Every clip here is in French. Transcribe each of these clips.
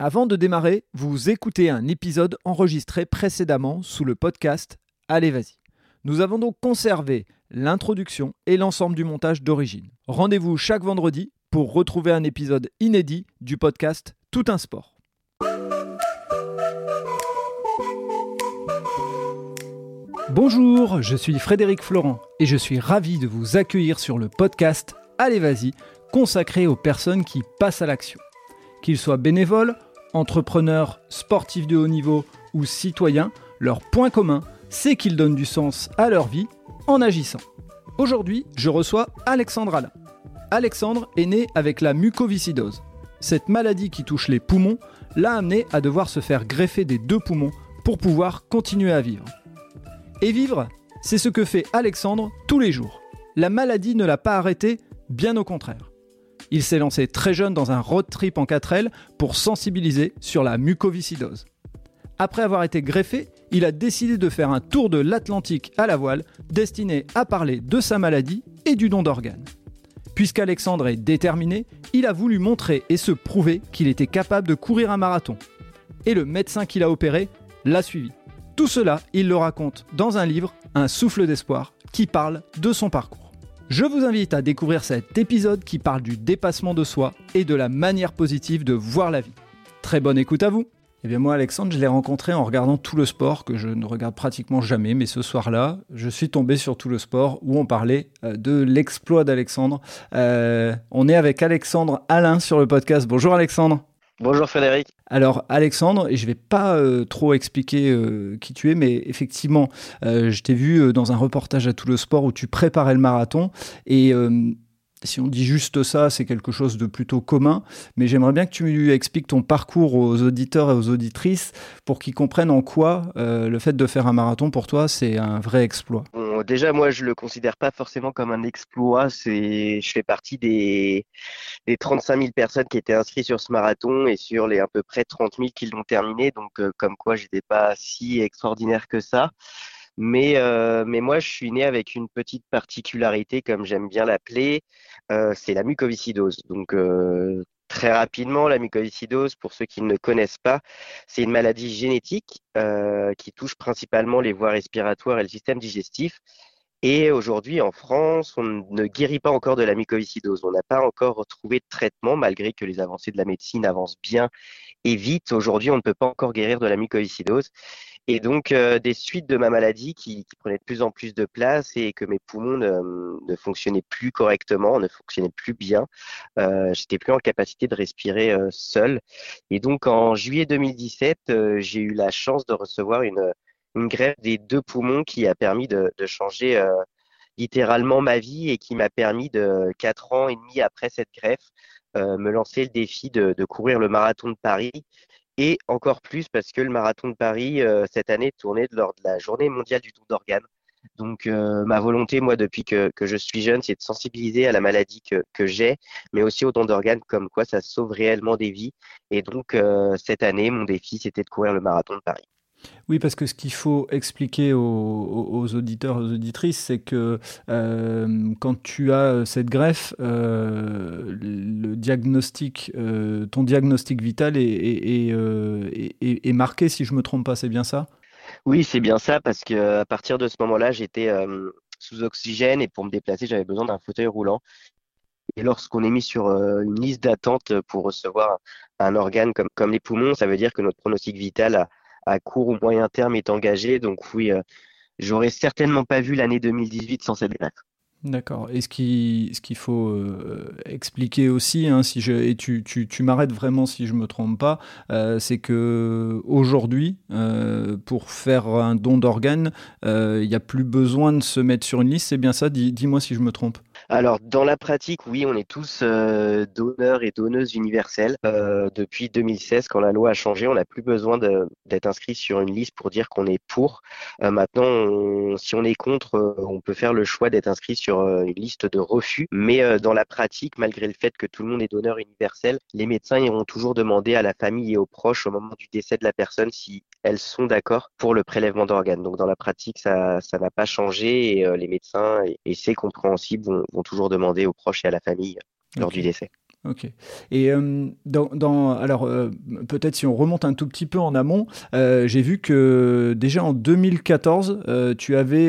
Avant de démarrer, vous écoutez un épisode enregistré précédemment sous le podcast Allez vas-y. Nous avons donc conservé l'introduction et l'ensemble du montage d'origine. Rendez-vous chaque vendredi pour retrouver un épisode inédit du podcast Tout un sport. Bonjour, je suis Frédéric Florent et je suis ravi de vous accueillir sur le podcast Allez vas-y, consacré aux personnes qui passent à l'action. Qu'ils soient bénévoles, entrepreneurs, sportifs de haut niveau ou citoyens, leur point commun, c'est qu'ils donnent du sens à leur vie en agissant. Aujourd'hui, je reçois Alexandre Alain. Alexandre est né avec la mucoviscidose. Cette maladie qui touche les poumons l'a amené à devoir se faire greffer des 2 poumons pour pouvoir continuer à vivre. Et vivre, c'est ce que fait Alexandre tous les jours. La maladie ne l'a pas arrêté, bien au contraire. Il s'est lancé très jeune dans un road trip en 4L pour sensibiliser sur la mucoviscidose. Après avoir été greffé, il a décidé de faire un tour de l'Atlantique à la voile, destiné à parler de sa maladie et du don d'organes. Puisqu'Alexandre est déterminé, il a voulu montrer et se prouver qu'il était capable de courir un marathon. Et le médecin qui l'a opéré l'a suivi. Tout cela, il le raconte dans un livre, Un souffle d'espoir, qui parle de son parcours. Je vous invite à découvrir cet épisode qui parle du dépassement de soi et de la manière positive de voir la vie. Très bonne écoute à vous. Eh bien moi, Alexandre, je l'ai rencontré en regardant Tout le sport, que je ne regarde pratiquement jamais, mais ce soir-là, je suis tombé sur Tout le sport, où on parlait de l'exploit d'Alexandre. On est avec Alexandre Alain sur le podcast. Bonjour Alexandre. Bonjour Frédéric. Alors Alexandre, et je ne vais pas trop expliquer qui tu es, mais effectivement, je t'ai vu dans un reportage à Tout le sport où tu préparais le marathon, et si on dit juste ça, c'est quelque chose de plutôt commun, mais j'aimerais bien que tu expliques ton parcours aux auditeurs et aux auditrices pour qu'ils comprennent en quoi le fait de faire un marathon pour toi, c'est un vrai exploit. Bon, déjà, moi, je le considère pas forcément comme un exploit. Je fais partie des 35 000 personnes qui étaient inscrites sur ce marathon et sur les à peu près 30 000 qui l'ont terminé. Donc, comme quoi, j'étais pas si extraordinaire que ça. Mais moi, je suis né avec une petite particularité, comme j'aime bien l'appeler, c'est la mucoviscidose. Donc, très rapidement, la mucoviscidose, pour ceux qui ne connaissent pas, c'est une maladie génétique qui touche principalement les voies respiratoires et le système digestif. Et aujourd'hui, en France, on ne guérit pas encore de la mucoviscidose. On n'a pas encore trouvé de traitement, malgré que les avancées de la médecine avancent bien et vite. Aujourd'hui, on ne peut pas encore guérir de la mucoviscidose. Et donc, des suites de ma maladie qui prenaient de plus en plus de place et que mes poumons ne fonctionnaient plus correctement, ne fonctionnaient plus bien. J'étais plus en capacité de respirer seul. Et donc, en juillet 2017, j'ai eu la chance de recevoir une greffe des 2 poumons qui a permis de changer littéralement ma vie et qui m'a permis 4 ans et demi après cette greffe, me lancer le défi de courir le marathon de Paris. Et encore plus parce que le marathon de Paris, cette année, tournait lors de la journée mondiale du don d'organes. Donc, ma volonté, moi, depuis que je suis jeune, c'est de sensibiliser à la maladie que j'ai, mais aussi au don d'organes, comme quoi ça sauve réellement des vies. Et donc, cette année, mon défi, c'était de courir le marathon de Paris. Oui, parce que ce qu'il faut expliquer aux auditeurs et aux auditrices, c'est que quand tu as cette greffe, le diagnostic, ton diagnostic vital est marqué, si je ne me trompe pas, c'est bien ça ? Oui, c'est bien ça, parce que à partir de ce moment-là, j'étais sous oxygène et pour me déplacer, j'avais besoin d'un fauteuil roulant. Et lorsqu'on est mis sur une liste d'attente pour recevoir un organe comme les poumons, ça veut dire que notre pronostic vital à court ou moyen terme est engagé. Donc oui, j'aurais certainement pas vu l'année 2018 sans cette greffe. D'accord. Et ce qu'il faut expliquer aussi, hein, et tu m'arrêtes vraiment si je me trompe pas, c'est que aujourd'hui, pour faire un don d'organes, il n'y a plus besoin de se mettre sur une liste. C'est bien ça? Dis-moi si je me trompe. Alors, dans la pratique, oui, on est tous donneurs et donneuses universelles. Depuis 2016, quand la loi a changé, on n'a plus besoin d'être inscrit sur une liste pour dire qu'on est pour. Maintenant, si on est contre, on peut faire le choix d'être inscrit sur une liste de refus. Mais dans la pratique, malgré le fait que tout le monde est donneur universel, les médecins iront toujours demander à la famille et aux proches au moment du décès de la personne si elles sont d'accord pour le prélèvement d'organes. Donc, dans la pratique, ça n'a pas changé et les médecins, et c'est compréhensible, vont toujours demander aux proches et à la famille lors du décès. Ok. Et alors, peut-être si on remonte un tout petit peu en amont, j'ai vu que déjà en 2014, tu avais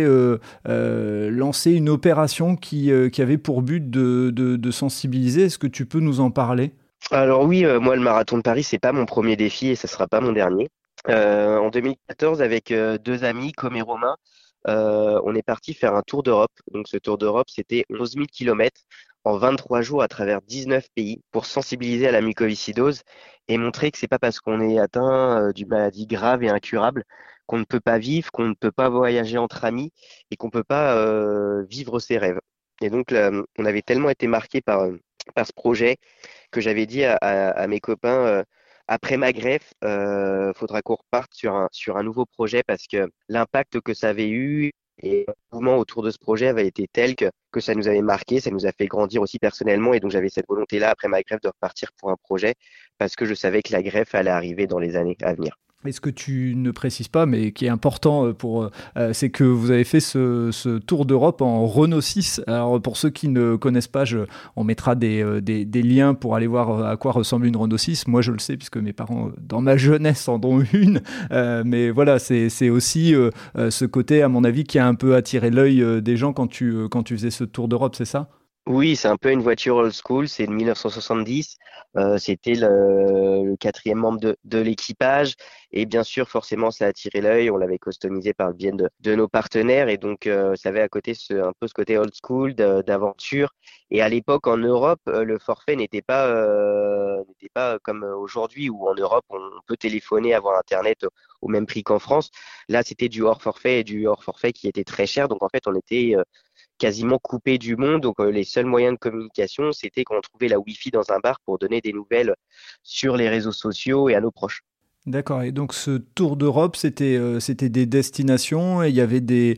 lancé une opération qui avait pour but de sensibiliser. Est-ce que tu peux nous en parler? Alors oui, moi le marathon de Paris, c'est pas mon premier défi et ce sera pas mon dernier. En 2014, avec deux amis, Com et Romain, on est parti faire un tour d'Europe. Donc ce tour d'Europe, c'était 11 000 kilomètres en 23 jours à travers 19 pays pour sensibiliser à la mucoviscidose et montrer que c'est pas parce qu'on est atteint d'une maladie grave et incurable qu'on ne peut pas vivre, qu'on ne peut pas voyager entre amis et qu'on peut pas vivre ses rêves. Et donc là, on avait tellement été marqué par ce projet que j'avais dit à mes copains, après ma greffe, faudra qu'on reparte sur un nouveau projet parce que l'impact que ça avait eu et le mouvement autour de ce projet avait été tel que ça nous avait marqué, ça nous a fait grandir aussi personnellement. Et donc j'avais cette volonté-là, après ma greffe, de repartir pour un projet parce que je savais que la greffe allait arriver dans les années à venir. Et ce que tu ne précises pas, mais qui est important c'est que vous avez fait ce tour d'Europe en Renault 6. Alors pour ceux qui ne connaissent pas, on mettra des liens pour aller voir à quoi ressemble une Renault 6. Moi je le sais puisque mes parents dans ma jeunesse en ont une. Mais voilà, c'est aussi ce côté à mon avis qui a un peu attiré l'œil des gens quand tu faisais ce tour d'Europe, c'est ça? Oui, c'est un peu une voiture old school, c'est de 1970. C'était le quatrième membre de l'équipage. Et bien sûr, forcément, ça a attiré l'œil. On l'avait customisé par le biais de nos partenaires. Et donc, ça avait à côté un peu ce côté old school d'aventure. Et à l'époque, en Europe, le forfait n'était pas comme aujourd'hui, où en Europe, on peut téléphoner, avoir Internet au même prix qu'en France. Là, c'était du hors forfait et du hors forfait qui était très cher. Donc, en fait, on était quasiment coupé du monde. Donc, les seuls moyens de communication, c'était quand on trouvait la Wi-Fi dans un bar pour donner des nouvelles sur les réseaux sociaux et à nos proches. D'accord. Et donc ce tour d'Europe, c'était des destinations et il y avait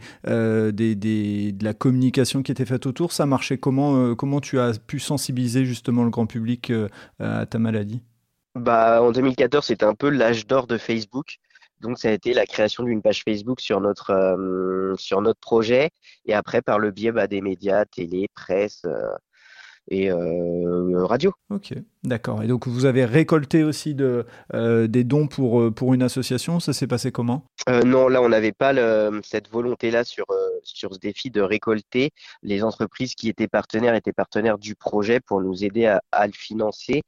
de la communication qui était faite autour. Ça marchait comment? Comment tu as pu sensibiliser justement le grand public à ta maladie? Bah, en 2014, c'était un peu l'âge d'or de Facebook. Donc, ça a été la création d'une page Facebook sur notre projet. Et après, par le biais des médias, télé, presse et radio. Ok, d'accord. Et donc vous avez récolté aussi des dons pour une association. Ça s'est passé comment? Non, là, on n'avait pas cette volonté-là sur ce défi de récolter. Les entreprises qui étaient partenaires du projet pour nous aider à le financer.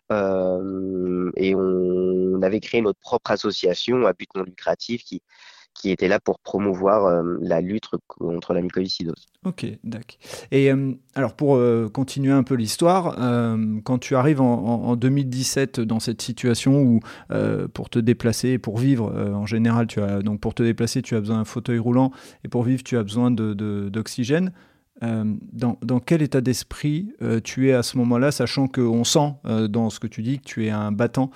Et on avait créé notre propre association à but non lucratif qui était là pour promouvoir la lutte contre la mucoviscidose. Ok, d'accord. Et alors pour continuer un peu l'histoire, quand tu arrives en 2017 dans cette situation où pour te déplacer, pour vivre en général, donc pour te déplacer, tu as besoin d'un fauteuil roulant et pour vivre, tu as besoin d'oxygène. Dans quel état d'esprit tu es à ce moment-là, sachant qu'on sent dans ce que tu dis que tu es un battant,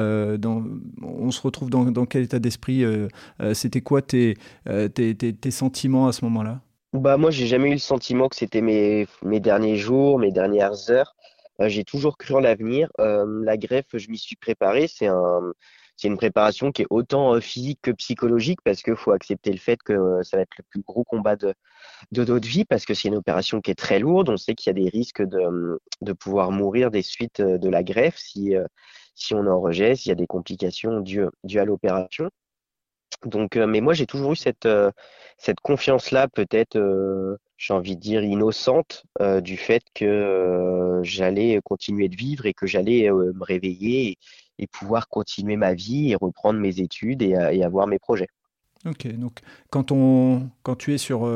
on se retrouve dans quel état d'esprit, c'était quoi tes sentiments à ce moment-là? Bah moi, j'ai jamais eu le sentiment que c'était mes derniers jours, mes dernières heures. J'ai toujours cru en l'avenir. La greffe, je m'y suis préparé. C'est une préparation qui est autant physique que psychologique parce qu'il faut accepter le fait que ça va être le plus gros combat de notre vie parce que c'est une opération qui est très lourde. On sait qu'il y a des risques de pouvoir mourir des suites de la greffe si on en rejette, s'il y a des complications dues à l'opération. Donc, mais moi, j'ai toujours eu cette confiance-là, peut-être, j'ai envie de dire, innocente, du fait que j'allais continuer de vivre et que j'allais me réveiller et pouvoir continuer ma vie et reprendre mes études et avoir mes projets. Ok, donc quand tu es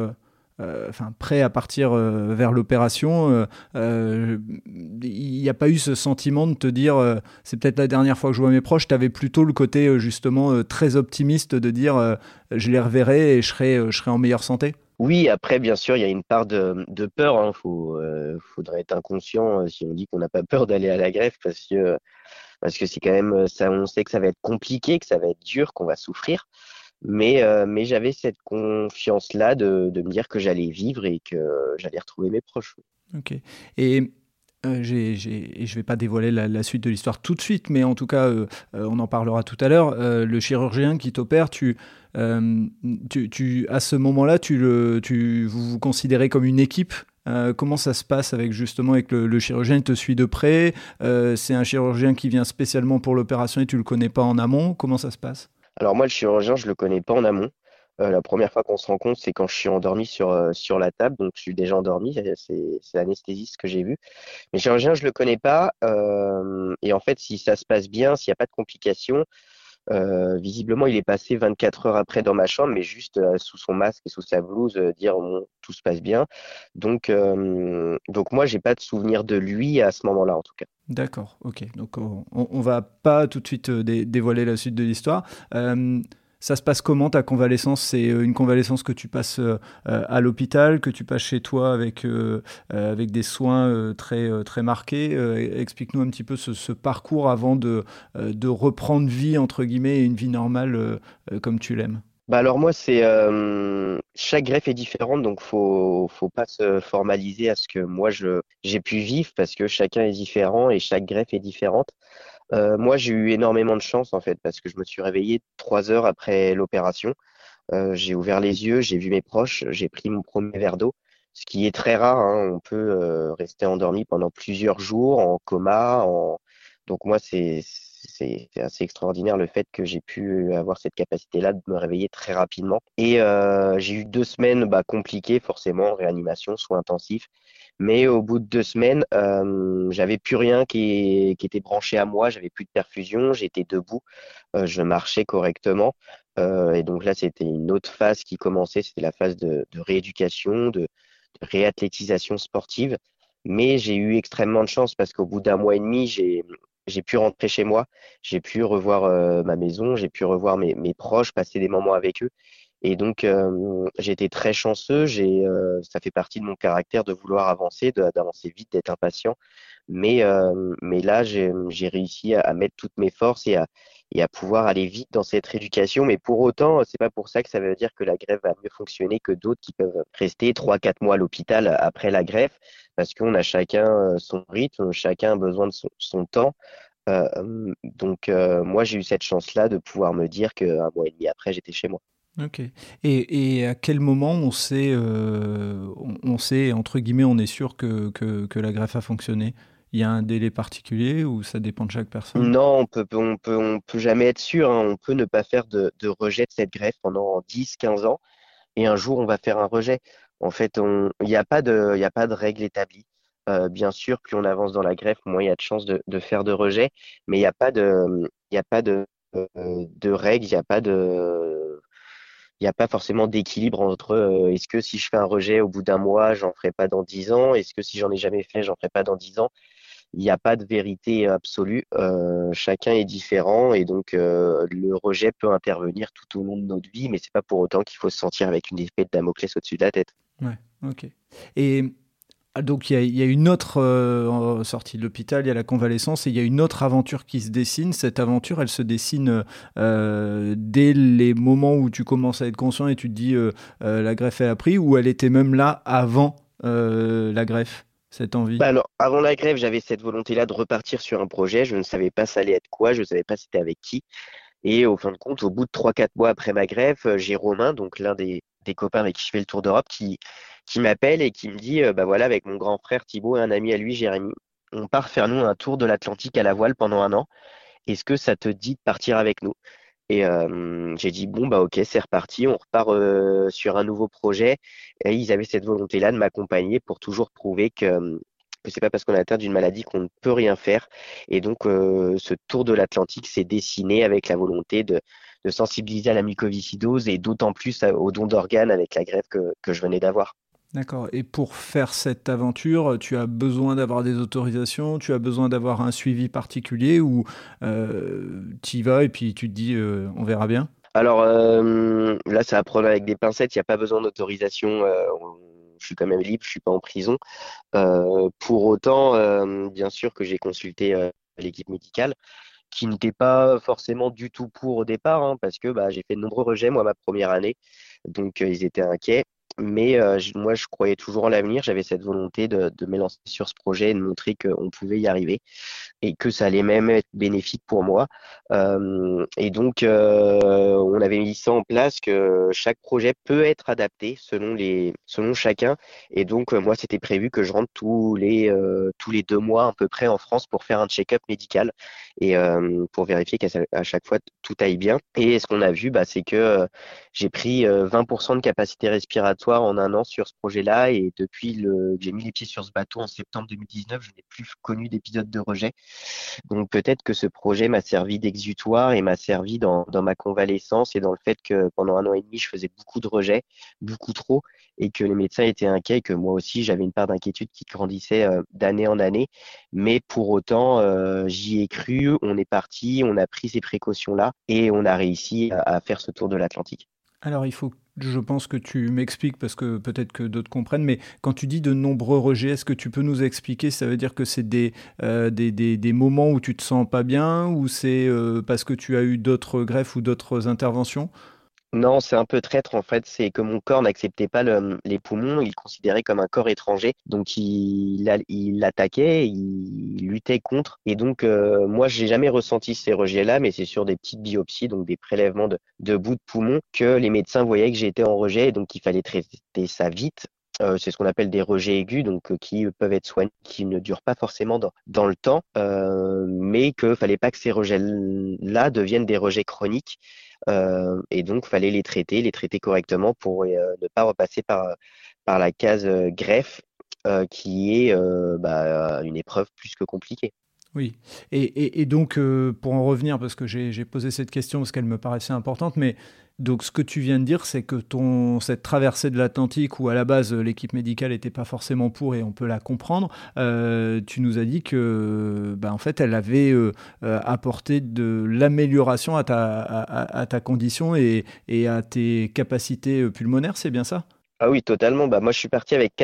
prêt à partir vers l'opération, il n'y a pas eu ce sentiment de te dire c'est peut-être la dernière fois que je vois mes proches. Tu avais plutôt le côté justement très optimiste de dire je les reverrai et je serai en meilleure santé. Oui, après, bien sûr, il y a une part de peur, hein. Faudrait être inconscient si on dit qu'on n'a pas peur d'aller à la greffe parce que c'est quand même ça, on sait que ça va être compliqué, que ça va être dur, qu'on va souffrir. Mais j'avais cette confiance-là de me dire que j'allais vivre et que j'allais retrouver mes proches. Ok. Et et je vais pas dévoiler la suite de l'histoire tout de suite, mais en tout cas, on en parlera tout à l'heure. Le chirurgien qui t'opère, à ce moment-là, vous vous considérez comme une équipe Comment ça se passe avec le chirurgien? Il te suit de près? C'est un chirurgien qui vient spécialement pour l'opération et tu le connais pas en amont? Comment ça se passe? Alors moi, le chirurgien, je le connais pas en amont. La première fois qu'on se rencontre, c'est quand je suis endormi sur la table, donc je suis déjà endormi. C'est l'anesthésiste que j'ai vu. Mais le chirurgien, je le connais pas. Et en fait, si ça se passe bien, s'il n'y a pas de complications, visiblement, il est passé 24 heures après dans ma chambre, mais juste sous son masque et sous sa blouse, dire bon, tout se passe bien. Donc moi, j'ai pas de souvenir de lui à ce moment-là, en tout cas. D'accord, ok. Donc on va pas tout de suite dévoiler la suite de l'histoire. Ça se passe comment ta convalescence? C'est une convalescence que tu passes à l'hôpital, que tu passes chez toi avec des soins très marqués. Explique-nous un petit peu ce parcours avant de reprendre vie, entre guillemets, et une vie normale comme tu l'aimes. Bah alors moi, c'est chaque greffe est différente, donc faut pas se formaliser à ce que moi j'ai pu vivre parce que chacun est différent et chaque greffe est différente. Moi, j'ai eu énormément de chance en fait parce que je me suis réveillé 3 heures après l'opération. J'ai ouvert les yeux, j'ai vu mes proches, j'ai pris mon premier verre d'eau, ce qui est très rare, hein. On peut rester endormi pendant plusieurs jours en coma. Donc moi, c'est assez extraordinaire le fait que j'ai pu avoir cette capacité-là de me réveiller très rapidement. Et j'ai eu 2 semaines compliquées, forcément, réanimation, soins intensifs. Mais au bout de 2 semaines, j'avais plus rien qui était branché à moi, j'avais plus de perfusion, j'étais debout, je marchais correctement. Et donc là, c'était une autre phase qui commençait, c'était la phase de rééducation, de réathlétisation sportive. Mais j'ai eu extrêmement de chance parce qu'au bout d'un mois et demi, j'ai pu rentrer chez moi, j'ai pu revoir ma maison, j'ai pu revoir mes proches, passer des moments avec eux. Et donc, j'ai été très chanceux. Ça fait partie de mon caractère de vouloir avancer, d'avancer vite, d'être impatient. Mais là, j'ai réussi à mettre toutes mes forces et à pouvoir aller vite dans cette rééducation. Mais pour autant, c'est pas pour ça que ça veut dire que la greffe va mieux fonctionner que d'autres qui peuvent rester 3, 4 mois à l'hôpital après la greffe, parce qu'on a chacun son rythme, chacun a besoin de son temps. Donc, moi, j'ai eu cette chance-là de pouvoir me dire qu'un mois et demi après, j'étais chez moi. Ok. Et à quel moment on sait, entre guillemets, on est sûr que la greffe a fonctionné? Il y a un délai particulier ou ça dépend de chaque personne? Non, on peut jamais être sûr, hein. On peut ne pas faire de rejet de cette greffe pendant 10, 15 ans, et un jour on va faire un rejet. En fait, il y a pas de règle établie. Bien sûr, plus on avance dans la greffe, moins il y a de chances de faire de rejet, mais il y a pas de règle, il y a pas forcément d'équilibre entre est-ce que si je fais un rejet au bout d'un mois, j'en ferai pas dans 10 ans, est-ce que si j'en ai jamais fait, j'en ferai pas dans 10 ans. Il n'y a pas de vérité absolue. Chacun est différent et donc le rejet peut intervenir tout au long de notre vie, mais c'est pas pour autant qu'il faut se sentir avec une épée de Damoclès au-dessus de la tête. Ouais, ok. Et donc il y a une autre sortie de l'hôpital, il y a la convalescence et il y a une autre aventure qui se dessine. Cette aventure, elle se dessine dès les moments où tu commences à être conscient et tu te dis la greffe est appris ou elle était même là avant la greffe, cette envie? Alors, avant la grève, j'avais cette volonté-là de repartir sur un projet. Je ne savais pas ça allait être quoi, je ne savais pas c'était avec qui. Et au fin de compte, au bout de 3, 4 mois après ma grève, j'ai Romain, donc l'un des copains avec qui je fais le tour d'Europe, qui m'appelle et qui me dit, bah voilà, avec mon grand frère Thibaut et un ami à lui, Jérémy, on part faire nous un tour de l'Atlantique à la voile pendant un an. Est-ce que ça te dit de partir avec nous? Et j'ai dit, bon, bah ok, c'est reparti, on repart sur un nouveau projet. Et ils avaient cette volonté-là de m'accompagner pour toujours prouver que c'est pas parce qu'on est atteint d'une maladie qu'on ne peut rien faire. Et donc, ce tour de l'Atlantique s'est dessiné avec la volonté de sensibiliser à la mucoviscidose et d'autant plus au don d'organes avec la greffe que je venais d'avoir. D'accord. Et pour faire cette aventure, tu as besoin d'avoir des autorisations, tu as besoin d'avoir un suivi particulier ou tu y vas et puis tu te dis on verra bien? Alors là, ça va prendre avec des pincettes, il n'y a pas besoin d'autorisation. Je suis quand même libre, je suis pas en prison. Pour autant, bien sûr que j'ai consulté l'équipe médicale, qui n'était pas forcément du tout pour au départ, hein, parce que j'ai fait de nombreux rejets, moi, ma première année. Donc, ils étaient inquiets. Mais moi, je croyais toujours en l'avenir. J'avais cette volonté de me lancer sur ce projet et de montrer qu'on pouvait y arriver et que ça allait même être bénéfique pour moi. Et donc, on avait mis ça en place que chaque projet peut être adapté selon chacun. Et donc, moi, c'était prévu que je rentre tous les 2 mois à peu près en France pour faire un check-up médical et pour vérifier qu'à chaque fois tout aille bien. Et ce qu'on a vu, bah, c'est que j'ai pris 20% de capacité respiratoire en un an sur ce projet-là. Et depuis que j'ai mis les pieds sur ce bateau en septembre 2019, je n'ai plus connu d'épisode de rejet. Donc peut-être que ce projet m'a servi d'exutoire et m'a servi dans ma convalescence et dans le fait que pendant 1 an et demi, je faisais beaucoup de rejets, beaucoup trop, et que les médecins étaient inquiets, et que moi aussi, j'avais une part d'inquiétude qui grandissait d'année en année. Mais pour autant, j'y ai cru, on est parti, on a pris ces précautions-là et on a réussi à faire ce tour de l'Atlantique. Alors, je pense que tu m'expliques parce que peut-être que d'autres comprennent, mais quand tu dis de nombreux rejets, est-ce que tu peux nous expliquer? Ça veut dire que c'est des moments où tu te sens pas bien ou c'est parce que tu as eu d'autres greffes ou d'autres interventions? Non, c'est un peu traître en fait. C'est que mon corps n'acceptait pas les poumons. Il le considérait comme un corps étranger. Donc il l'attaquait, il luttait contre. Et donc moi, j'ai jamais ressenti ces rejets-là, mais c'est sur des petites biopsies, donc des prélèvements de bouts de poumon, que les médecins voyaient que j'étais en rejet. Et donc il fallait traiter ça vite. C'est ce qu'on appelle des rejets aigus, donc qui peuvent être soignés, qui ne durent pas forcément dans le temps, mais que fallait pas que ces rejets-là deviennent des rejets chroniques. Et donc, fallait les traiter correctement pour ne pas repasser par la case greffe, qui est une épreuve plus que compliquée. Oui, et donc pour en revenir, parce que j'ai posé cette question parce qu'elle me paraissait importante, mais donc ce que tu viens de dire, c'est que cette traversée de l'Atlantique, où à la base l'équipe médicale n'était pas forcément pour, et on peut la comprendre, tu nous as dit que bah, en fait elle avait apporté de l'amélioration à ta condition et à tes capacités pulmonaires, c'est bien ça? Ah oui, totalement. Bah, moi, je suis parti avec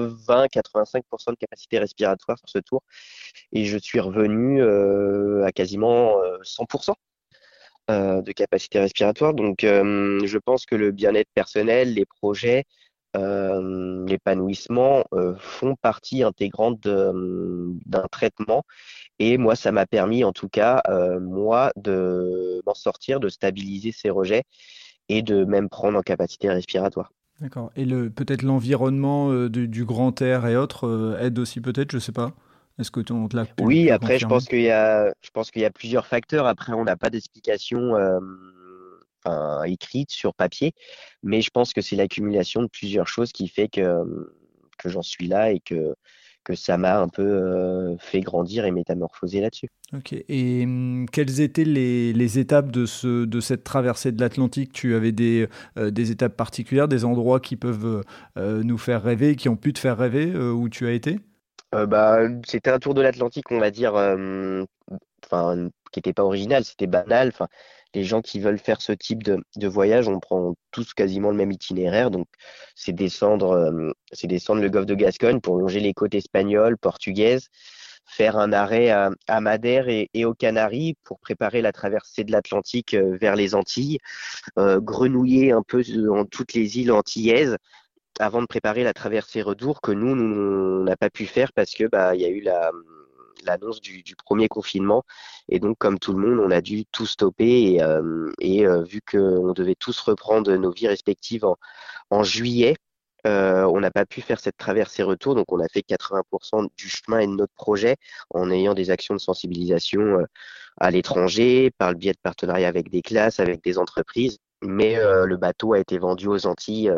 80-85% de capacité respiratoire sur ce tour et je suis revenu à quasiment 100% de capacité respiratoire. Donc, je pense que le bien-être personnel, les projets, l'épanouissement font partie intégrante d'un traitement. Et moi, ça m'a permis, en tout cas, moi, de m'en sortir, de stabiliser ces rejets et de même prendre en capacité respiratoire. D'accord. Et peut-être l'environnement du grand air et autres aide aussi peut-être, je sais pas. Est-ce que on te l'a Oui, pu après, confirmer? je pense qu'il y a plusieurs facteurs. Après, on n'a pas d'explication enfin, écrite sur papier, mais je pense que c'est l'accumulation de plusieurs choses qui fait que j'en suis là et que ça m'a un peu fait grandir et métamorphoser là-dessus. Ok. Et quelles étaient les étapes de cette traversée de l'Atlantique? Tu avais des étapes particulières, des endroits qui peuvent nous faire rêver, qui ont pu te faire rêver, où tu as été? C'était un tour de l'Atlantique, on va dire, enfin, qui n'était pas original, c'était banal. Enfin, les gens qui veulent faire ce type de voyage, on prend tous quasiment le même itinéraire. Donc, c'est descendre le golfe de Gascogne pour longer les côtes espagnoles, portugaises, faire un arrêt à Madère et aux Canaries pour préparer la traversée de l'Atlantique vers les Antilles, grenouiller un peu dans toutes les îles antillaises avant de préparer la traversée retour que nous, on n'a pas pu faire parce que bah il y a eu l'annonce du premier confinement et donc comme tout le monde on a dû tout stopper et vu qu'on devait tous reprendre nos vies respectives en juillet, on n'a pas pu faire cette traversée retour, donc on a fait 80% du chemin et de notre projet en ayant des actions de sensibilisation à l'étranger, par le biais de partenariats avec des classes, avec des entreprises. Mais le bateau a été vendu aux Antilles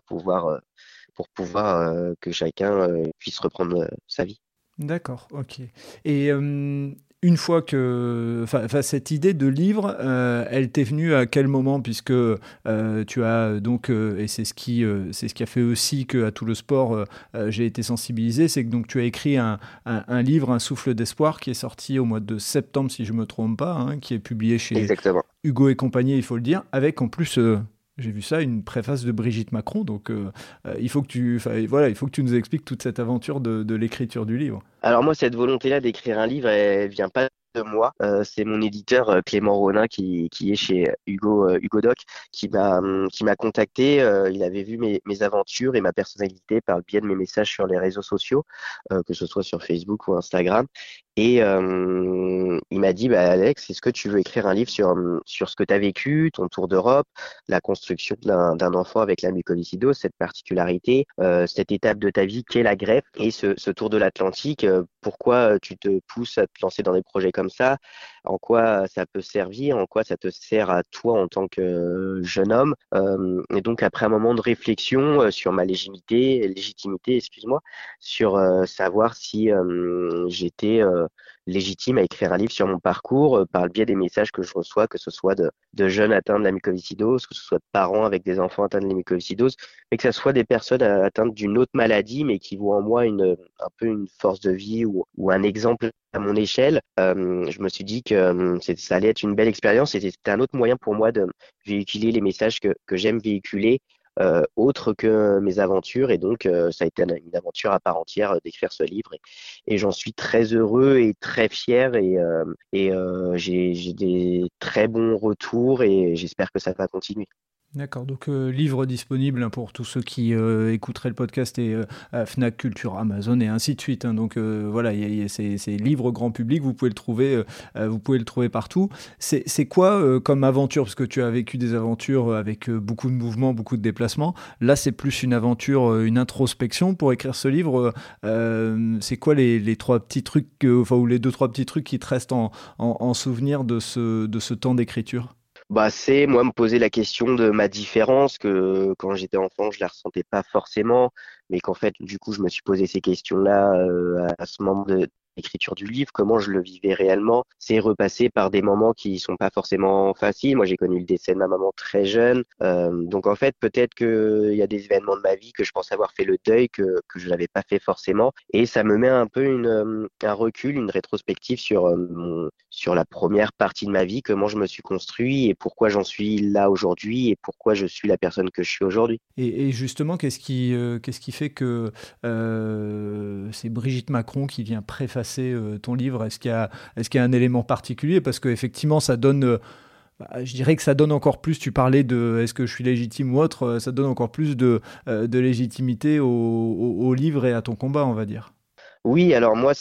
pour pouvoir que chacun puisse reprendre sa vie. D'accord, ok. Et une fois que, enfin, cette idée de livre, elle t'est venue à quel moment? Puisque tu as donc, et c'est ce qui a fait aussi que à tout le sport, j'ai été sensibilisé, c'est que donc tu as écrit un livre, Un souffle d'espoir, qui est sorti au mois de septembre, si je me trompe pas, hein, qui est publié chez Exactement. Hugo et compagnie, il faut le dire, avec en plus, j'ai vu ça, une préface de Brigitte Macron. Donc, il faut que voilà, il faut que tu nous expliques toute cette aventure de l'écriture du livre. Alors moi, cette volonté-là d'écrire un livre, elle vient pas de moi. C'est mon éditeur Clément Ronin qui est chez Hugo Doc qui m'a contacté. Il avait vu mes aventures et ma personnalité par le biais de mes messages sur les réseaux sociaux, que ce soit sur Facebook ou Instagram. Et il m'a dit, bah, Alex, est-ce que tu veux écrire un livre sur ce que tu as vécu, ton tour d'Europe, la construction d'un enfant avec la mucoviscidose, cette particularité, cette étape de ta vie qu'est la greffe et ce tour de l'Atlantique, pourquoi tu te pousses à te lancer dans des projets comme ça, en quoi ça peut servir, en quoi ça te sert à toi en tant que jeune homme. Et donc après un moment de réflexion sur ma légitimité, excuse-moi, sur savoir si j'étais légitime à écrire un livre sur mon parcours par le biais des messages que je reçois, que ce soit de jeunes atteints de la mucoviscidose, que ce soit de parents avec des enfants atteints de la mucoviscidose, mais que ce soit des personnes atteintes d'une autre maladie, mais qui voient en moi un peu une force de vie ou un exemple à mon échelle. Je me suis dit que ça allait être une belle expérience et c'était un autre moyen pour moi de véhiculer les messages que j'aime véhiculer autre que mes aventures. Et donc, ça a été une aventure à part entière d'écrire ce livre. Et j'en suis très heureux et très fier. Et j'ai des très bons retours et j'espère que ça va continuer. D'accord, donc livre disponible pour tous ceux qui écouteraient le podcast et Fnac, Culture, Amazon et ainsi de suite. Hein. Donc voilà, c'est livre grand public, vous pouvez le trouver partout. C'est quoi comme aventure? Parce que tu as vécu des aventures avec beaucoup de mouvements, beaucoup de déplacements. Là, c'est plus une aventure, une introspection pour écrire ce livre. C'est quoi les trois petits trucs, ou les deux, trois petits trucs qui te restent en souvenir de ce temps d'écriture? Bah, c'est moi me poser la question de ma différence que quand j'étais enfant, je la ressentais pas forcément, mais qu'en fait, du coup, je me suis posé ces questions-là à ce moment de l'écriture du livre, comment je le vivais réellement. C'est repasser par des moments qui sont pas forcément faciles. Moi, j'ai connu le décès de ma maman très jeune, donc en fait, peut-être qu'il y a des événements de ma vie que je pense avoir fait le deuil que je n'avais pas fait forcément, et ça me met un peu un recul, une rétrospective sur la première partie de ma vie, comment je me suis construit et pourquoi j'en suis là aujourd'hui et pourquoi je suis la personne que je suis aujourd'hui. Et justement, qu'est-ce qui fait que c'est Brigitte Macron qui vient préfacer ton livre? Est-ce qu'il y a un élément particulier? Parce qu'effectivement, ça donne, je dirais que ça donne encore plus, tu parlais de est-ce que je suis légitime ou autre, ça donne encore plus de légitimité au livre et à ton combat, on va dire. Oui, alors moi,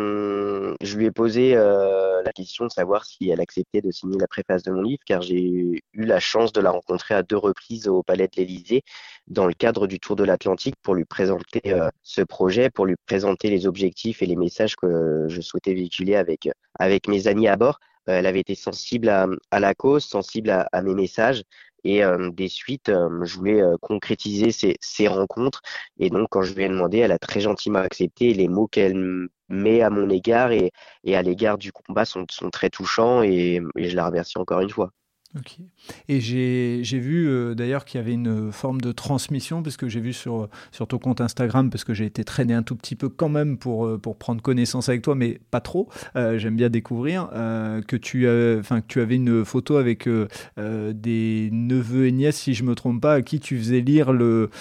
je lui ai posé la question de savoir si elle acceptait de signer la préface de mon livre, car j'ai eu la chance de la rencontrer à 2 reprises au Palais de l'Élysée dans le cadre du Tour de l'Atlantique pour lui présenter ce projet, pour lui présenter les objectifs et les messages que je souhaitais véhiculer avec mes amis à bord. Elle avait été sensible à la cause, sensible à mes messages. Et des suites, je voulais concrétiser ces rencontres. Et donc, quand je lui ai demandé, elle a très gentiment accepté. Les mots qu'elle met à mon égard et à l'égard du combat sont très touchants et je la remercie encore une fois. Ok. Et j'ai vu d'ailleurs qu'il y avait une forme de transmission, parce que j'ai vu sur ton compte Instagram, parce que j'ai été traîné un tout petit peu quand même pour prendre connaissance avec toi, mais pas trop. J'aime bien découvrir que que tu avais une photo avec des neveux et nièces, si je me trompe pas, à qui tu faisais lire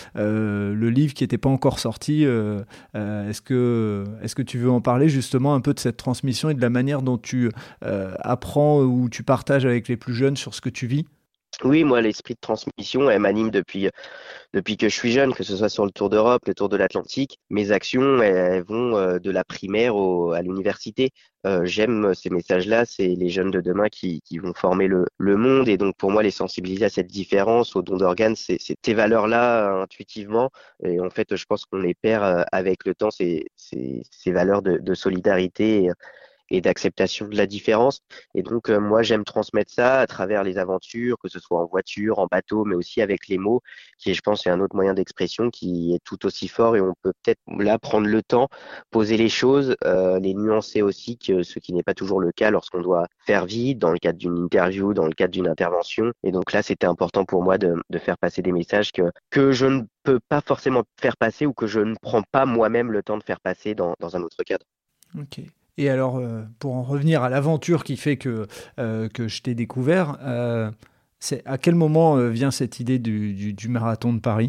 le livre qui n'était pas encore sorti. Est-ce que tu veux en parler justement un peu de cette transmission et de la manière dont tu apprends ou tu partages avec les plus jeunes sur ce que tu vis? Oui, moi, l'esprit de transmission, elle m'anime depuis que je suis jeune, que ce soit sur le Tour d'Europe, le Tour de l'Atlantique. Mes actions, elles vont de la primaire à l'université. J'aime ces messages-là, c'est les jeunes de demain qui vont former le monde. Et donc, pour moi, les sensibiliser à cette différence, au don d'organes, c'est ces valeurs-là, intuitivement. Et en fait, je pense qu'on les perd avec le temps, ces valeurs de solidarité et d'acceptation de la différence. Et donc, moi, j'aime transmettre ça à travers les aventures, que ce soit en voiture, en bateau, mais aussi avec les mots, qui, je pense, est un autre moyen d'expression qui est tout aussi fort. Et on peut peut-être là prendre le temps, poser les choses, les nuancer aussi, ce qui n'est pas toujours le cas lorsqu'on doit faire vite, dans le cadre d'une interview, dans le cadre d'une intervention. Et donc là, c'était important pour moi de faire passer des messages que je ne peux pas forcément faire passer ou que je ne prends pas moi-même le temps de faire passer dans un autre cadre. Ok. Et alors, pour en revenir à l'aventure qui fait que je t'ai découvert, c'est à quel moment vient cette idée du marathon de Paris?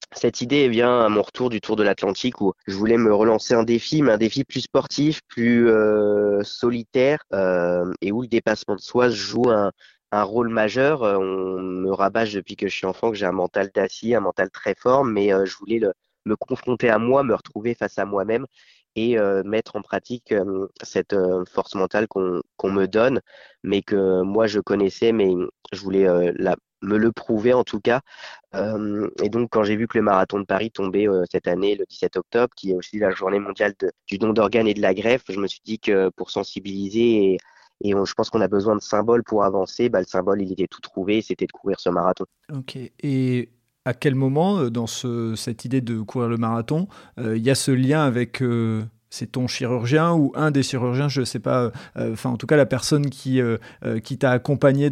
Cette idée vient à mon retour du Tour de l'Atlantique où je voulais me relancer un défi, mais un défi plus sportif, plus solitaire, et où le dépassement de soi joue un rôle majeur. On me rabâche depuis que je suis enfant que j'ai un mental d'acier, un mental très fort, mais je voulais me confronter à moi, me retrouver face à moi-même et mettre en pratique cette force mentale qu'on me donne, mais que moi je connaissais, mais je voulais me le prouver en tout cas. Et donc, quand j'ai vu que le marathon de Paris tombait cette année, le 17 octobre, qui est aussi la journée mondiale du don d'organes et de la greffe, je me suis dit que pour sensibiliser je pense qu'on a besoin de symboles pour avancer, bah, le symbole, il était tout trouvé, c'était de courir ce marathon. Ok. Et à quel moment, dans cette idée de courir le marathon, il y a ce lien avec c'est ton chirurgien ou un des chirurgiens, je ne sais pas, enfin en tout cas la personne qui t'a accompagné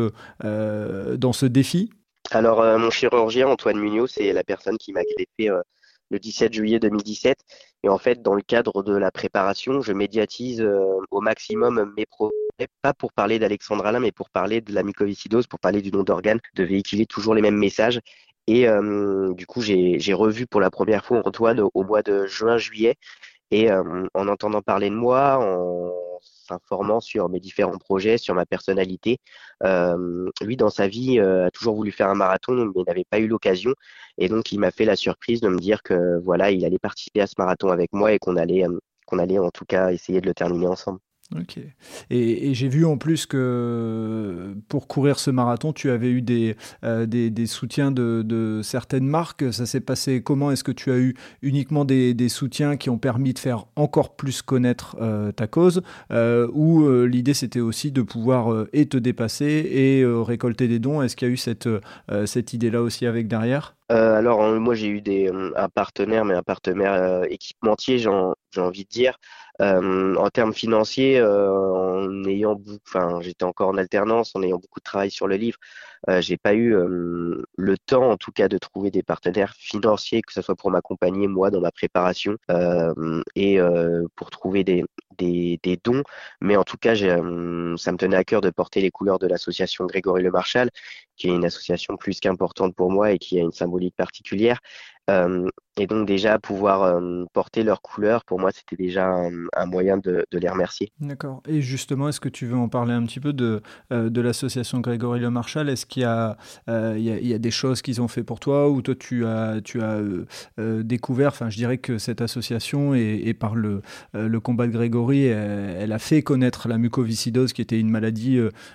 dans ce défi? Alors, mon chirurgien, Antoine Mugnot, c'est la personne qui m'a greffé le 17 juillet 2017. Et en fait, dans le cadre de la préparation, je médiatise au maximum mes projets, pas pour parler d'Alexandre Alain, mais pour parler de la mucoviscidose, pour parler du don d'organes, de véhiculer toujours les mêmes messages. Et du coup, j'ai revu pour la première fois Antoine au mois de juin-juillet. Et en entendant parler de moi, en s'informant sur mes différents projets, sur ma personnalité, lui, dans sa vie, a toujours voulu faire un marathon, mais n'avait pas eu l'occasion. Et donc, il m'a fait la surprise de me dire que voilà, il allait participer à ce marathon avec moi et qu'on allait en tout cas essayer de le terminer ensemble. Ok. Et j'ai vu en plus que pour courir ce marathon, tu avais eu des soutiens de certaines marques. Ça s'est passé comment? Est-ce que tu as eu uniquement des soutiens qui ont permis de faire encore plus connaître ta cause, ou l'idée c'était aussi de pouvoir et te dépasser et récolter des dons? Est-ce qu'il y a eu cette idée-là aussi avec derrière? Alors, moi, j'ai eu un partenaire, mais un partenaire équipementier, j'ai envie de dire. En termes financiers, enfin, j'étais encore en alternance, en ayant beaucoup de travail sur le livre, j'ai pas eu le temps, en tout cas, de trouver des partenaires financiers, que ce soit pour m'accompagner, moi, dans ma préparation, et pour trouver des dons. Mais en tout cas, ça me tenait à cœur de porter les couleurs de l'association Grégory Le Marchal, qui est une association plus qu'importante pour moi et qui a une symbolique particulière. Euh, et donc déjà, pouvoir porter leurs couleurs, pour moi, c'était déjà un moyen de les remercier. D'accord. Et justement, est-ce que tu veux en parler un petit peu de l'association Grégory Le Marchal? Est-ce qu'il y a des choses qu'ils ont fait pour toi ou toi tu as découvert, enfin je dirais que cette association et par le combat de Grégory, elle a fait connaître la mucoviscidose qui était une maladie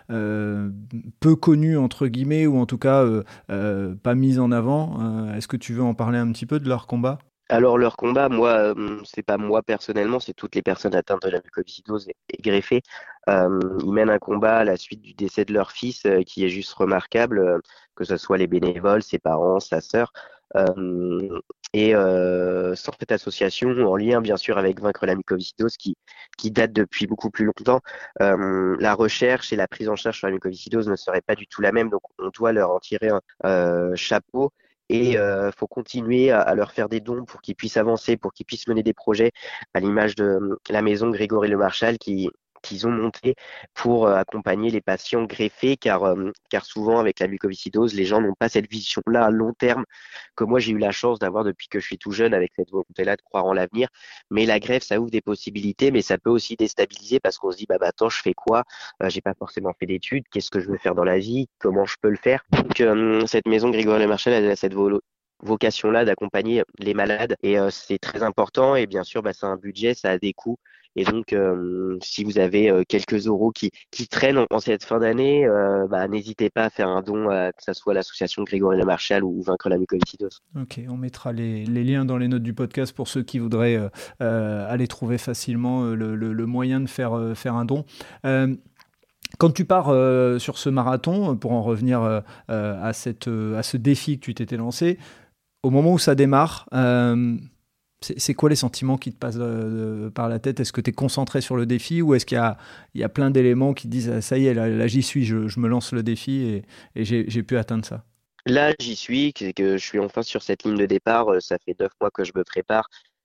peu connue entre guillemets ou en tout cas pas mise en avant. Est-ce que tu veux en parler un petit peu de leur combat? Alors leur combat, moi, c'est pas moi personnellement, c'est toutes les personnes atteintes de la mucoviscidose et greffées. Ils mènent un combat à la suite du décès de leur fils qui est juste remarquable, que ce soit les bénévoles, ses parents, sa sœur. Euh, Sans cette association, en lien bien sûr avec Vaincre la mucoviscidose qui date depuis beaucoup plus longtemps, la recherche et la prise en charge sur la mucoviscidose ne seraient pas du tout la même. Donc on doit leur en tirer un chapeau. Et faut continuer à leur faire des dons pour qu'ils puissent avancer, pour qu'ils puissent mener des projets, à l'image de la maison Grégory Le Marchal qu'ils ont monté pour accompagner les patients greffés, car souvent avec la mucoviscidose, les gens n'ont pas cette vision-là à long terme que moi j'ai eu la chance d'avoir depuis que je suis tout jeune, avec cette volonté-là de croire en l'avenir. Mais la greffe, ça ouvre des possibilités, mais ça peut aussi déstabiliser parce qu'on se dit bah attends, je fais quoi? J'ai pas forcément fait d'études, qu'est-ce que je veux faire dans la vie? Comment je peux le faire? Donc cette maison Grégory Le Marchal, elle a cette vocation-là d'accompagner les malades et c'est très important et bien sûr bah, c'est un budget, ça a des coûts et donc si vous avez quelques euros qui traînent en cette fin d'année, bah, n'hésitez pas à faire un don, que ce soit l'association Grégory Le Marchal ou Vaincre la mucoviscidose. Ok, on mettra les liens dans les notes du podcast pour ceux qui voudraient aller trouver facilement le moyen de faire un don. Quand tu pars sur ce marathon, pour en revenir à ce défi que tu t'étais lancé, au moment où ça démarre, c'est quoi les sentiments qui te passent par la tête? Est-ce que tu es concentré sur le défi ou est-ce qu'il y a plein d'éléments qui te disent ah, ça y est, là, j'y suis, je me lance le défi et j'ai pu atteindre ça? Là, j'y suis, que je suis enfin sur cette ligne de départ. Ça fait 9 mois que je me prépare,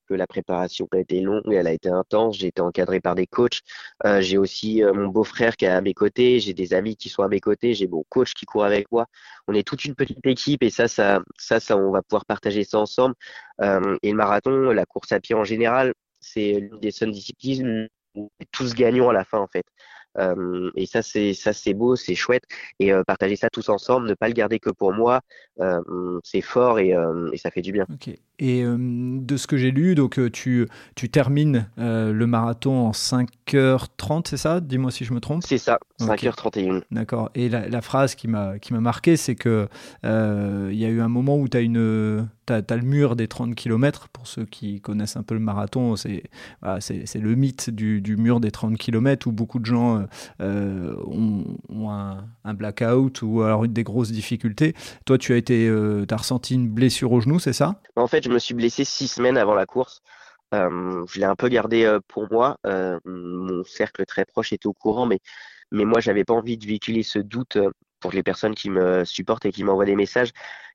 que la préparation a été longue, elle a été intense. J'ai été encadré par des coachs. J'ai aussi mon beau-frère qui est à mes côtés. J'ai des amis qui sont à mes côtés. J'ai mon coach qui court avec moi. On est toute une petite équipe et ça, on va pouvoir partager ça ensemble. Et le marathon, la course à pied en général, c'est l'une des seules disciplines où on est tous gagnants à la fin en fait. Et ça c'est beau, c'est chouette. Et partager ça tous ensemble, ne pas le garder que pour moi, c'est fort et ça fait du bien. Ok. Et de ce que j'ai lu, donc tu termines le marathon en 5h30, c'est ça? Dis-moi si je me trompe. C'est ça, Ok. 5h31. D'accord. Et la phrase qui m'a marqué, c'est que il y a eu un moment où t'as le mur des 30 kilomètres. Pour ceux qui connaissent un peu le marathon, voilà, c'est le mythe du mur des 30 kilomètres où beaucoup de gens ont un blackout ou alors des grosses difficultés. Toi, t'as ressenti une blessure au genou, c'est ça? En fait, je me suis blessé 6 semaines avant la course. Je l'ai un peu gardé pour moi. Mon cercle très proche était au courant, mais moi, j'avais pas envie de véhiculer ce doute pour les personnes qui me supportent et qui m'envoient des messages,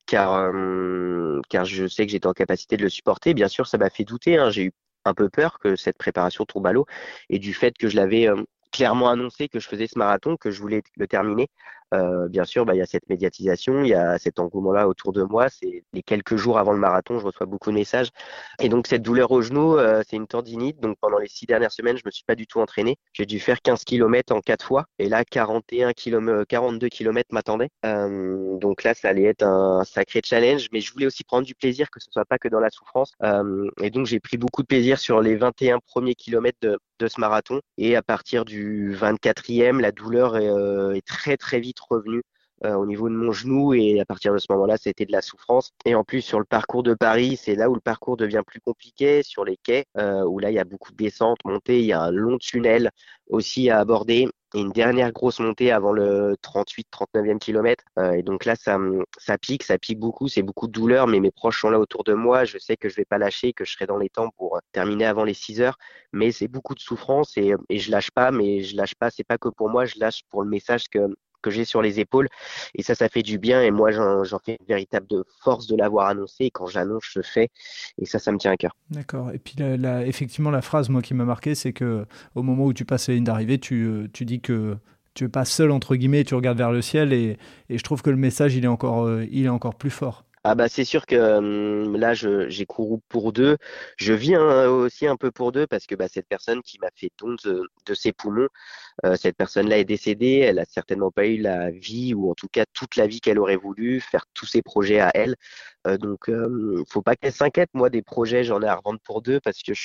car je sais que j'étais en capacité de le supporter. Bien sûr, ça m'a fait douter, hein. J'ai eu un peu peur que cette préparation tombe à l'eau et du fait que je l'avais clairement annoncé que je faisais ce marathon, que je voulais le terminer. Bien sûr, bah, il y a cette médiatisation, il y a cet engouement-là autour de moi. C'est les quelques jours avant le marathon, je reçois beaucoup de messages. Et donc cette douleur au genou, c'est une tendinite. Donc pendant les 6 dernières semaines, je me suis pas du tout entraîné. J'ai dû faire 15 kilomètres en 4 fois. Et là, 41 km, 42 kilomètres m'attendaient. Donc là, ça allait être un sacré challenge. Mais je voulais aussi prendre du plaisir, que ce soit pas que dans la souffrance. Et donc j'ai pris beaucoup de plaisir sur les 21 premiers kilomètres de ce marathon. Et à partir du 24e, la douleur est très très vite revenue au niveau de mon genou et à partir de ce moment-là, c'était de la souffrance. Et en plus, sur le parcours de Paris, c'est là où le parcours devient plus compliqué, sur les quais, où là, il y a beaucoup de descentes, montées, il y a un long tunnel aussi à aborder. Et une dernière grosse montée avant le 38-39e kilomètre. Et donc là, ça pique beaucoup, c'est beaucoup de douleur, mais mes proches sont là autour de moi. Je sais que je vais pas lâcher, que je serai dans les temps pour terminer avant les 6 heures. Mais c'est beaucoup de souffrance et je lâche pas, mais je lâche pas, c'est pas que pour moi, je lâche pour le message que j'ai sur les épaules. Et ça fait du bien. Et moi, j'en fais une véritable force de l'avoir annoncé. Et quand j'annonce, je fais. Et ça me tient à cœur. D'accord. Et puis effectivement, la phrase moi qui m'a marqué, c'est que au moment où tu passes la ligne d'arrivée, tu dis que tu es pas seul entre guillemets, tu regardes vers le ciel et je trouve que le message il est encore plus fort. Ah bah c'est sûr que là j'ai couru pour deux. Je vis aussi un peu pour deux parce que bah, cette personne qui m'a fait don de ses poumons, cette personne-là est décédée. Elle a certainement pas eu la vie ou en tout cas toute la vie qu'elle aurait voulu faire tous ses projets à elle. Donc faut pas qu'elle s'inquiète. Moi des projets j'en ai à revendre pour deux parce que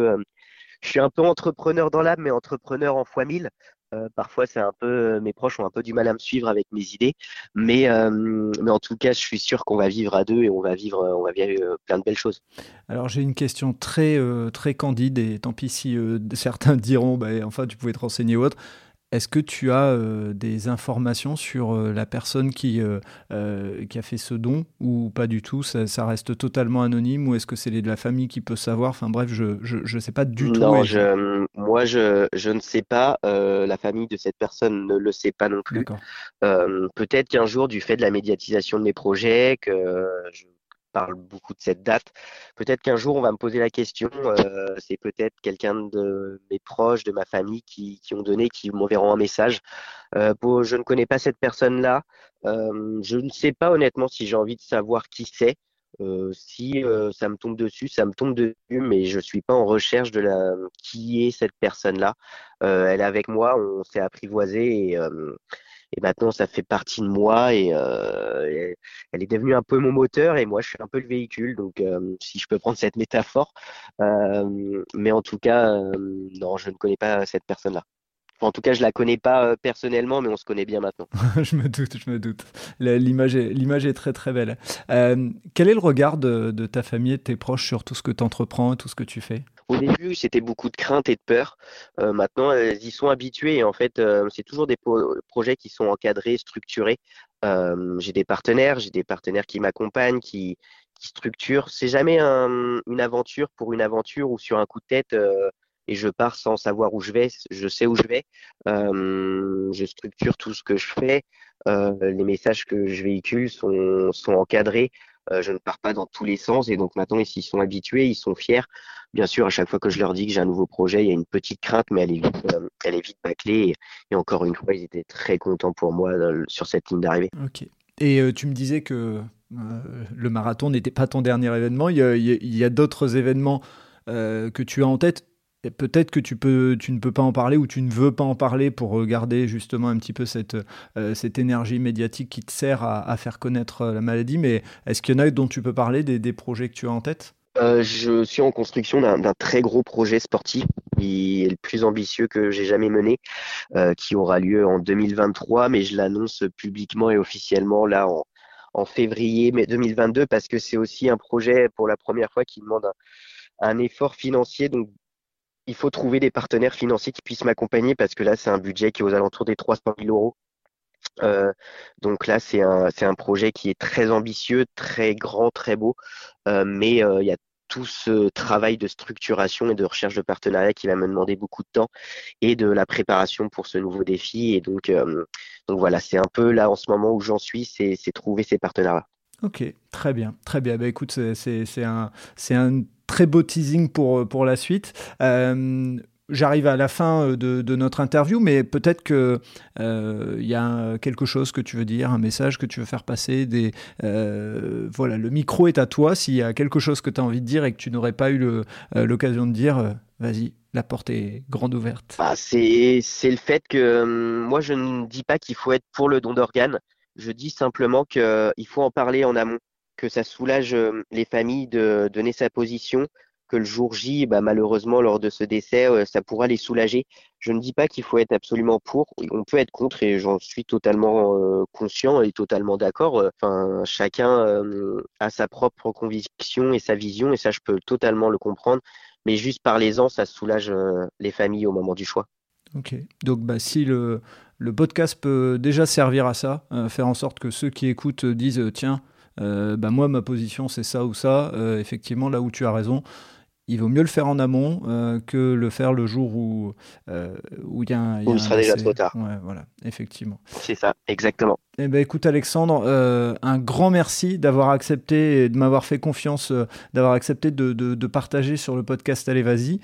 je suis un peu entrepreneur dans l'âme, mais entrepreneur en fois mille. Parfois, c'est un peu, mes proches ont un peu du mal à me suivre avec mes idées, mais en tout cas, je suis sûr qu'on va vivre à deux et on va vivre plein de belles choses. Alors j'ai une question très candide et tant pis si certains diront, bah, enfin tu pouvais te renseigner ou autre. Est-ce que tu as des informations sur la personne qui a fait ce don ou pas du tout? Ça reste totalement anonyme ou est-ce que c'est de la famille qui peut savoir? Enfin bref, je sais pas du tout. Non, moi, je ne sais pas. La famille de cette personne ne le sait pas non plus. D'accord. Peut-être qu'un jour, du fait de la médiatisation de mes projets, que je parle beaucoup de cette date, peut-être qu'un jour, on va me poser la question. C'est peut-être quelqu'un de mes proches, de ma famille, qui ont donné, qui m'enverront un message. Je ne connais pas cette personne-là. Je ne sais pas honnêtement si j'ai envie de savoir qui c'est. Si ça me tombe dessus, ça me tombe dessus, mais je suis pas en recherche de qui est cette personne-là. Elle est avec moi, on s'est apprivoisé et maintenant ça fait partie de moi et elle est devenue un peu mon moteur et moi je suis un peu le véhicule. Donc si je peux prendre cette métaphore, mais en tout cas non, je ne connais pas cette personne-là. Enfin, en tout cas, je la connais pas personnellement, mais on se connaît bien maintenant. Je me doute, je me doute. L'image est très très belle. Quel est le regard de ta famille et de tes proches sur tout ce que tu entreprends et tout ce que tu fais? Au début, c'était beaucoup de crainte et de peur. Maintenant, elles y sont habituées et en fait, c'est toujours des projets qui sont encadrés, structurés. J'ai des partenaires qui m'accompagnent, qui structurent. C'est jamais une aventure pour une aventure ou sur un coup de tête. Et je pars sans savoir où je vais. Je sais où je vais. Je structure tout ce que je fais. Les messages que je véhicule sont encadrés. je ne pars pas dans tous les sens et donc maintenant ils s'y sont habitués, ils sont fiers. Bien sûr, à chaque fois que je leur dis que j'ai un nouveau projet, il y a une petite crainte, mais elle est vite bâclée. Et encore une fois, ils étaient très contents pour moi sur cette ligne d'arrivée. Ok. Et tu me disais que le marathon n'était pas ton dernier événement. Il y a d'autres événements que tu as en tête. Et peut-être que tu ne peux pas en parler ou tu ne veux pas en parler pour garder justement un petit peu cette énergie médiatique qui te sert à faire connaître la maladie. Mais est-ce qu'il y en a dont tu peux parler, des projets que tu as en tête ? Je suis en construction d'un très gros projet sportif qui est le plus ambitieux que j'ai jamais mené, qui aura lieu en 2023, mais je l'annonce publiquement et officiellement là en février mais 2022 parce que c'est aussi un projet pour la première fois qui demande un effort financier. Donc, il faut trouver des partenaires financiers qui puissent m'accompagner parce que là, c'est un budget qui est aux alentours des 300 000 euros. Donc là, c'est un projet qui est très ambitieux, très grand, très beau, mais il y a tout ce travail de structuration et de recherche de partenariat qui va me demander beaucoup de temps et de la préparation pour ce nouveau défi. Et donc voilà, c'est un peu là en ce moment où j'en suis, c'est trouver ces partenaires-là. Ok, très bien, très bien. Bah, écoute, c'est un très beau teasing pour la suite. J'arrive à la fin de notre interview, mais peut-être que y a quelque chose que tu veux dire, un message que tu veux faire passer. Voilà, le micro est à toi. S'il y a quelque chose que tu as envie de dire et que tu n'aurais pas eu l'occasion de dire, vas-y, la porte est grande ouverte. C'est le fait que moi, je ne dis pas qu'il faut être pour le don d'organes. Je dis simplement qu'il faut en parler en amont, que ça soulage les familles de donner sa position, que le jour J, malheureusement, lors de ce décès, ça pourra les soulager. Je ne dis pas qu'il faut être absolument pour. On peut être contre et j'en suis totalement conscient et totalement d'accord. Enfin, chacun a sa propre conviction et sa vision et ça, je peux totalement le comprendre. Mais juste parlez-en, ça soulage les familles au moment du choix. Ok, donc si le podcast peut déjà servir à ça, faire en sorte que ceux qui écoutent disent tiens, moi ma position c'est ça ou ça, effectivement là où tu as raison, il vaut mieux le faire en amont que le faire le jour où il y a il sera déjà trop tard. Ouais, voilà, effectivement. C'est ça, exactement. Eh ben, écoute Alexandre, un grand merci d'avoir accepté et de m'avoir fait confiance, d'avoir accepté de partager sur le podcast Allez Vas-y.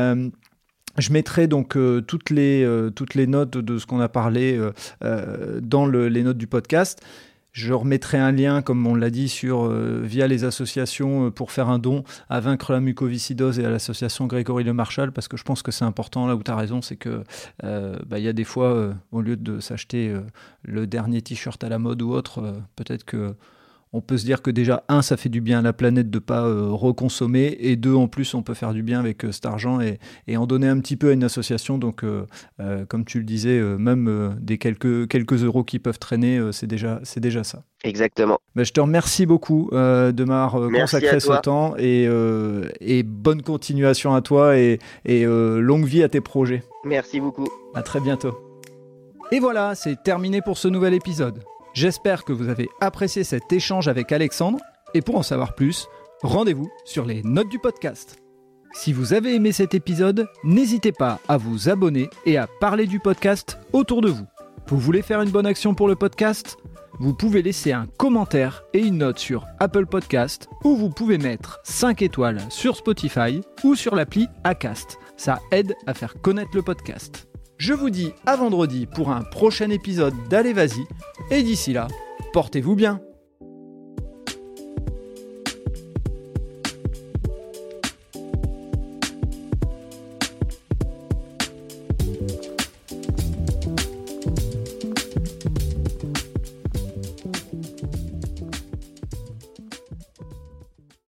Je mettrai donc toutes les notes de ce qu'on a parlé dans les notes du podcast. Je remettrai un lien, comme on l'a dit, via les associations pour faire un don à Vaincre la mucoviscidose et à l'association Grégory Le Marchal, parce que je pense que c'est important, là où tu as raison, c'est que y a des fois, au lieu de s'acheter le dernier t-shirt à la mode ou autre, peut-être que on peut se dire que déjà, un, ça fait du bien à la planète de ne pas reconsommer, et deux, en plus, on peut faire du bien avec cet argent et en donner un petit peu à une association. Donc, comme tu le disais, même des quelques euros qui peuvent traîner, c'est déjà ça. Exactement. Je te remercie beaucoup de m'avoir consacré ce temps et bonne continuation à toi et longue vie à tes projets. Merci beaucoup. À très bientôt. Et voilà, c'est terminé pour ce nouvel épisode. J'espère que vous avez apprécié cet échange avec Alexandre et pour en savoir plus, rendez-vous sur les notes du podcast. Si vous avez aimé cet épisode, n'hésitez pas à vous abonner et à parler du podcast autour de vous. Vous voulez faire une bonne action pour le podcast ? Vous pouvez laisser un commentaire et une note sur Apple Podcast ou vous pouvez mettre 5 étoiles sur Spotify ou sur l'appli Acast. Ça aide à faire connaître le podcast. Je vous dis à vendredi pour un prochain épisode d'Allez Vas-y et d'ici là, portez-vous bien.